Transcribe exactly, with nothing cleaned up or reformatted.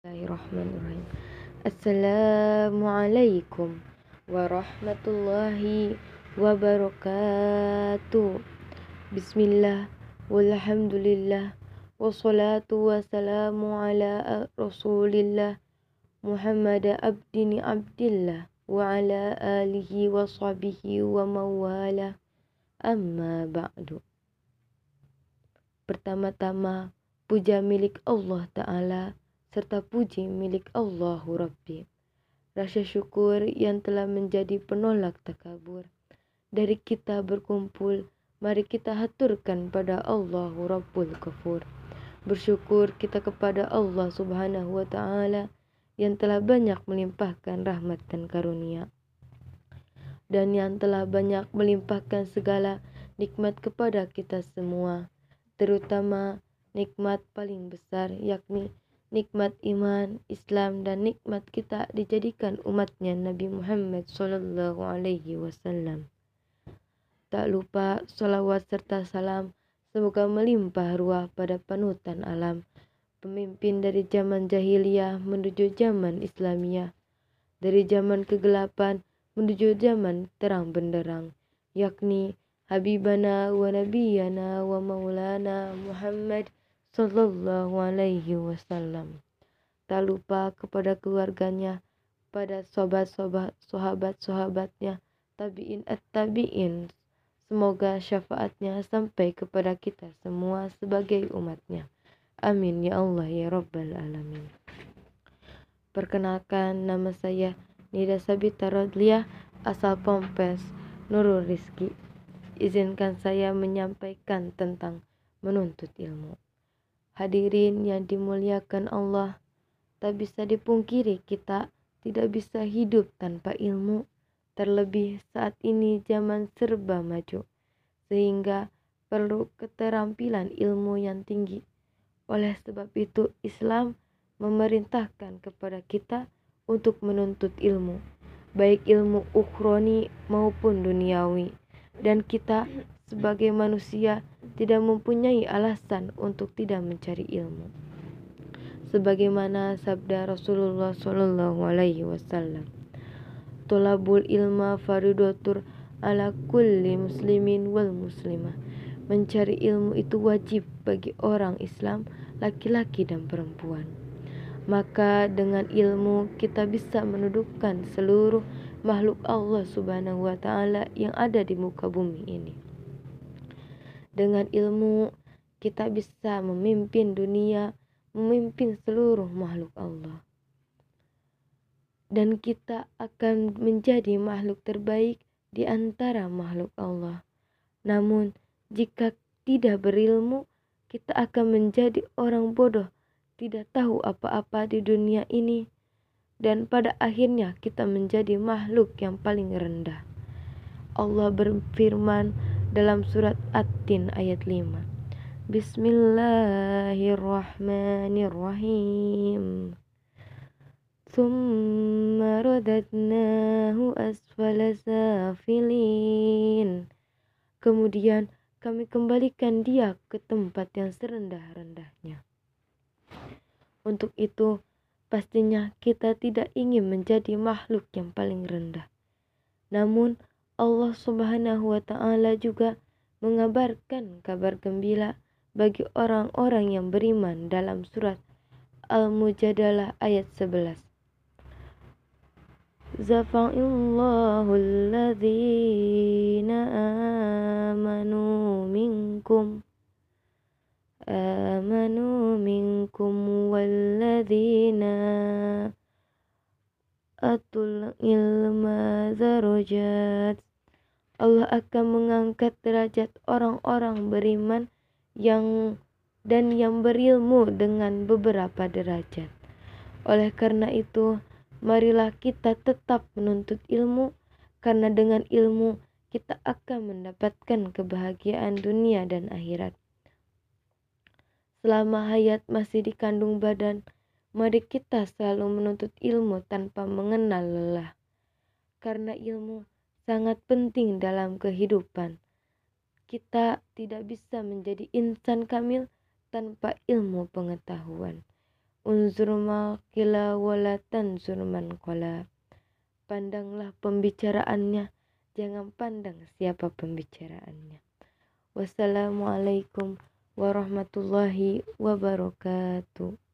Bismillahirrahmanirrahim. Assalamualaikum warahmatullahi wabarakatuh. Bismillah walhamdulillah wassalatu wassalamu ala rasulillah Muhammad abdini abdillah wa ala alihi wa sahbihi wa mawala, amma ba'du. Pertama-tama, puja milik Allah Ta'ala serta puji milik Allahu Rabbi. Rasa syukur yang telah menjadi penolak takabur dari kita berkumpul, mari kita haturkan pada Allahu Rabbul Ghafur. Bersyukur kita kepada Allah Subhanahu wa Ta'ala yang telah banyak melimpahkan rahmat dan karunia, dan yang telah banyak melimpahkan segala nikmat kepada kita semua, terutama nikmat paling besar, yakni nikmat iman, Islam, dan nikmat kita dijadikan umatnya Nabi Muhammad Sallallahu Alaihi Wasallam. Tak lupa salawat serta salam semoga melimpah ruah pada panutan alam, pemimpin dari zaman jahiliyah menuju zaman Islamiyah, dari zaman kegelapan menuju zaman terang benderang, yakni Habibana wa Nabiyana wa Maulana Muhammad Sallallahu Alaihi Wasallam. Tak lupa kepada keluarganya, pada sobat-sobat, sahabat-sahabatnya, tabi'in at-tabi'in. Semoga syafaatnya sampai kepada kita semua sebagai umatnya. Amin ya Allah ya Rabbal Alamin. Perkenalkan, nama saya Nida Sabita Rodliah, asal Pompes, Nurul Rizki. Izinkan saya menyampaikan tentang menuntut ilmu. Hadirin yang dimuliakan Allah, tak bisa dipungkiri kita tidak bisa hidup tanpa ilmu, terlebih saat ini zaman serba maju, sehingga perlu keterampilan ilmu yang tinggi. Oleh sebab itu, Islam memerintahkan kepada kita untuk menuntut ilmu, baik ilmu ukhroni maupun duniawi, dan kita sebagai manusia tidak mempunyai alasan untuk tidak mencari ilmu. Sebagaimana sabda Rasulullah Sallallahu Alaihi Wasallam, "Tolabul ilma faridatur ala kulli muslimin wal muslimah." Mencari ilmu itu wajib bagi orang Islam, laki-laki dan perempuan. Maka dengan ilmu kita bisa menundukkan seluruh makhluk Allah Subhanahu wa Ta'ala yang ada di muka bumi ini. Dengan ilmu kita bisa memimpin dunia, memimpin seluruh makhluk Allah, dan kita akan menjadi makhluk terbaik di antara makhluk Allah. Namun jika tidak berilmu, kita akan menjadi orang bodoh, tidak tahu apa-apa di dunia ini, dan pada akhirnya kita menjadi makhluk yang paling rendah. Allah berfirman dalam surat At-Tin ayat lima. Bismillahirrahmanirrahim. Tsumma radadnahu asfala safilin. Kemudian kami kembalikan dia ke tempat yang serendah-rendahnya. Untuk itu, pastinya kita tidak ingin menjadi makhluk yang paling rendah. Namun Allah Subhanahu wa Ta'ala juga mengabarkan kabar gembira bagi orang-orang yang beriman dalam surat Al-Mujadalah ayat sebelas. Zafa'illahu alladhina amanu minkum amanu minkum walladhina atul ilma darajat. Allah akan mengangkat derajat orang-orang beriman yang dan yang berilmu dengan beberapa derajat. Oleh karena itu, marilah kita tetap menuntut ilmu, karena dengan ilmu kita akan mendapatkan kebahagiaan dunia dan akhirat. Selama hayat masih di kandung badan, mari kita selalu menuntut ilmu tanpa mengenal lelah, karena ilmu sangat penting dalam kehidupan. Kita tidak bisa menjadi insan kamil tanpa ilmu pengetahuan. Unzur ma qila wala tanzur man qala. Pandanglah pembicaraannya, jangan pandang siapa pembicaraannya. Wassalamualaikum warahmatullahi wabarakatuh.